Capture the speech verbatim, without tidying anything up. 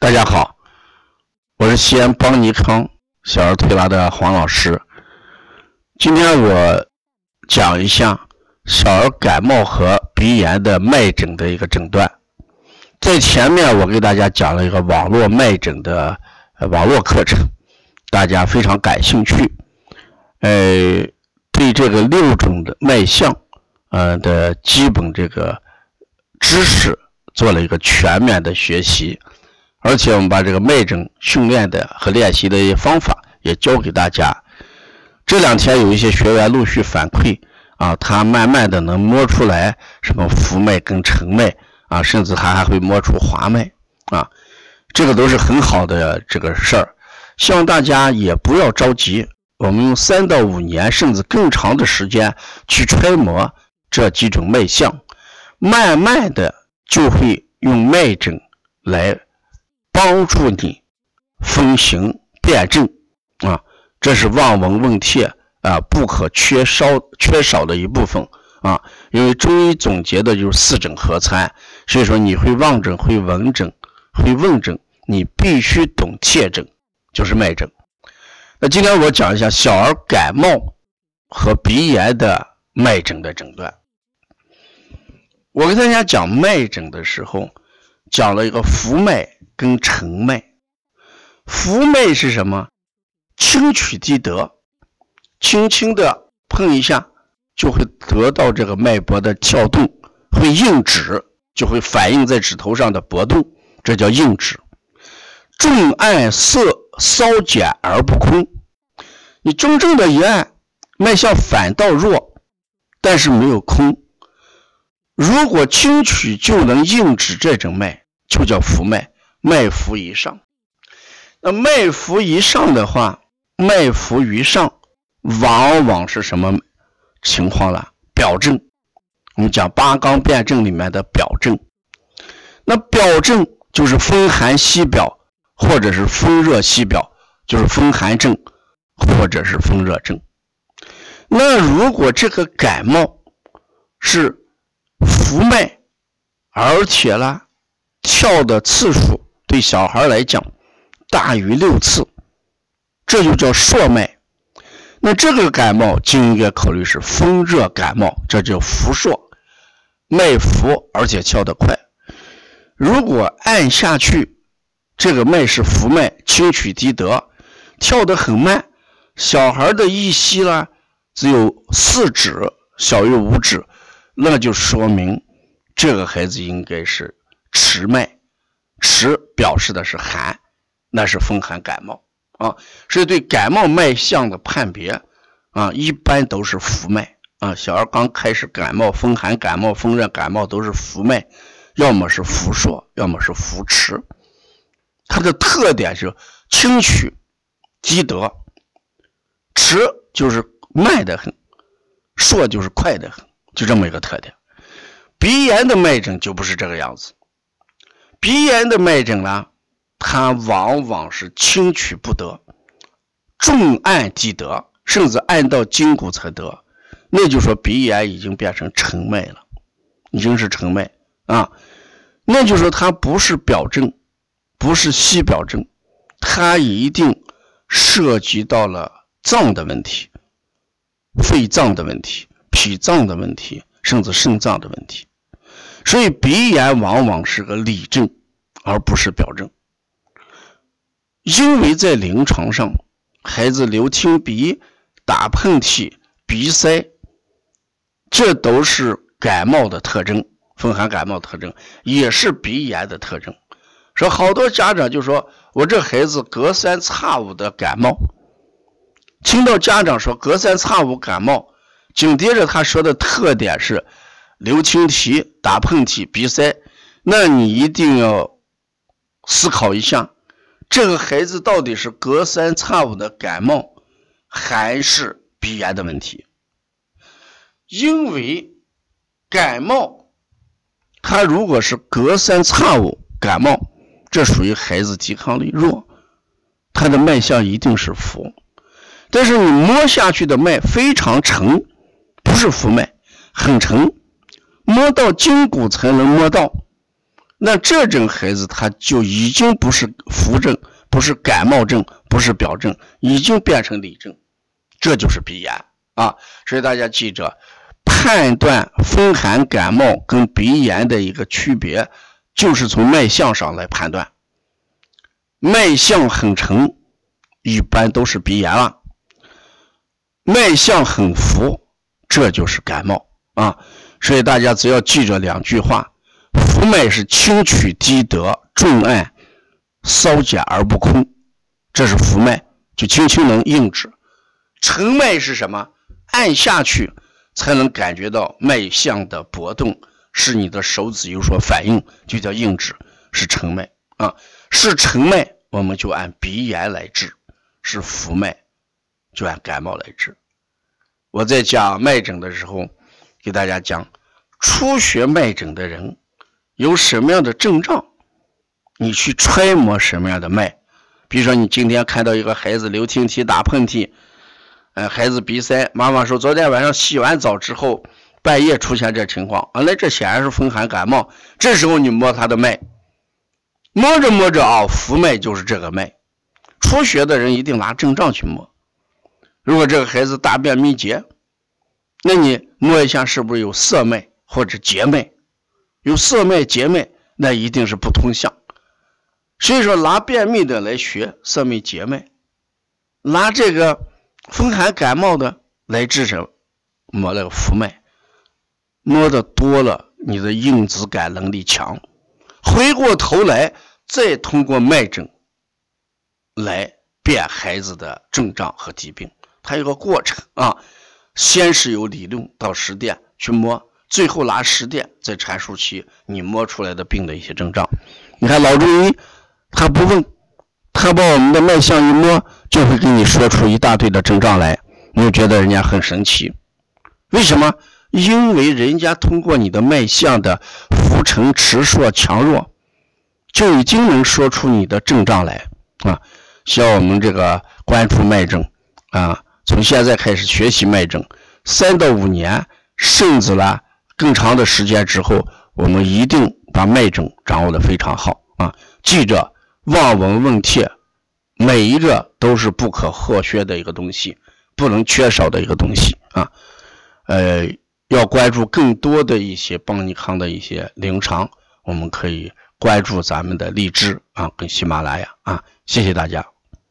大家好，我是西安邦尼康小儿推拿的黄老师。今天我讲一下小儿感冒和鼻炎的脉诊的一个诊断。在前面我给大家讲了一个网络脉诊的、呃、网络课程，大家非常感兴趣，呃，对这个六种的脉象呃的基本这个知识做了一个全面的学习。而且我们把这个脉诊训练的和练习的一些方法也教给大家。这两天有一些学员陆续反馈啊，他慢慢的能摸出来什么浮脉跟沉脉啊，甚至他还会摸出滑脉啊，这个都是很好的这个事儿。希望大家也不要着急，我们用三到五年甚至更长的时间去揣摩这几种脉象，慢慢的就会用脉诊来帮助你分型辨证啊，这是望闻问切啊不可缺少缺少的一部分啊。因为中医总结的就是四诊合参，所以说你会望诊、会闻诊、会问诊，你必须懂切诊，就是脉诊。那今天我讲一下小儿感冒和鼻炎的脉诊的诊断。我跟大家讲脉诊的时候，讲了一个浮脉跟沉脉。浮脉是什么？轻取即得，轻轻的碰一下就会得到这个脉搏的跳动，会硬指，就会反映在指头上的搏动，这叫硬指。重按色稍减而不空，你真正的一按，脉象反倒弱，但是没有空。如果轻取就能硬指这种脉，就叫浮脉，脉浮以上。那脉浮以上的话，脉浮于上往往是什么情况了？表证。我们讲八纲辨证里面的表证。那表证就是风寒息表，或者是风热息表，就是风寒症或者是风热症。那如果这个感冒是浮脉，而且呢跳的次数对小孩来讲大于六次，这就叫朔脉。那这个感冒就应该考虑是风热感冒，这叫浮朔，脉浮而且跳得快。如果按下去，这个脉是浮脉，轻取即得，跳得很慢，小孩的一息呢只有四指，小于五指，那就说明这个孩子应该是迟脉，迟表示的是寒，那是风寒感冒啊。所以对感冒脉象的判别啊，一般都是浮脉啊。小孩刚开始感冒，风寒感冒、风热感冒都是浮脉，要么是浮朔，要么是浮迟。它的特点是轻取即得，迟就是慢得很，朔就是快得很，就这么一个特点。鼻炎的脉诊就不是这个样子。鼻炎的脉诊呢，它往往是轻取不得，重按即得，甚至按到筋骨才得，那就说鼻炎已经变成沉脉了，已经是沉脉啊。那就说它不是表证，不是息表证，它一定涉及到了脏的问题，肺脏的问题、脾脏的问题，甚至肾脏的问题。所以鼻炎往往是个里症，而不是表症。因为在临床上，孩子流清鼻、打喷嚏、鼻塞，这都是感冒的特征，风寒感冒特征，也是鼻炎的特征。说好多家长就说，我这孩子隔三差五的感冒，听到家长说隔三差五感冒，紧接着他说的特点是流清涕、打喷嚏、鼻塞，那你一定要思考一下，这个孩子到底是隔三差五的感冒还是鼻炎的问题。因为感冒他如果是隔三差五感冒，这属于孩子抵抗力弱，他的脉象一定是浮。但是你摸下去的脉非常沉，不是浮脉，很沉，摸到筋骨才能摸到， 那这种孩子他就已经不是浮症，不是感冒症，不是表症，已经变成里症，这就是鼻炎啊。所以大家记着，判断风寒感冒跟鼻炎的一个区别，就是从脉象上来判断。脉象很沉，一般都是鼻炎了；脉象很浮，这就是感冒啊。所以大家只要记着两句话：浮脉是轻取低得，重按稍减而不空，这是浮脉，就轻轻能硬指。沉脉是什么？按下去才能感觉到脉象的波动，是你的手指有所反应，就叫硬指，是沉脉啊。是沉脉我们就按鼻炎来治，是浮脉就按感冒来治。我在讲脉诊的时候给大家讲，初学脉诊的人有什么样的症状，你去揣摩什么样的脉。比如说你今天看到一个孩子流涕涕打喷嚏，呃，孩子鼻塞，妈妈说昨天晚上洗完澡之后半夜出现这情况，啊，那这显然是风寒感冒。这时候你摸他的脉，摸着摸着啊，浮脉就是这个脉。初学的人一定拿症状去摸。如果这个孩子大便秘结，那你摸一下是不是有涩脉或者结脉？有涩脉结脉，那一定是不通项。所以说拿便秘的来学涩脉结脉，拿这个风寒感冒的来治什摸那个浮脉。摸的多了，你的应子感能力强，回过头来再通过脉诊来辨孩子的症状和疾病。它有个过程啊，先是由理论到实践去摸，最后拿实践再阐述起你摸出来的病的一些症状。你看老中医他不问，他把我们的脉象一摸，就会给你说出一大堆的症状来，你就觉得人家很神奇。为什么？因为人家通过你的脉象的浮沉迟硕强弱，就已经能说出你的症状来啊。像我们这个关注脉诊啊，从现在开始学习脉诊，三到五年甚至呢更长的时间之后，我们一定把脉诊掌握得非常好啊。记着望闻问切，每一个都是不可或缺的一个东西，不能缺少的一个东西啊。呃，要关注更多的一些邦尼康的一些临床，我们可以关注咱们的荔枝啊跟喜马拉雅啊。谢谢大家。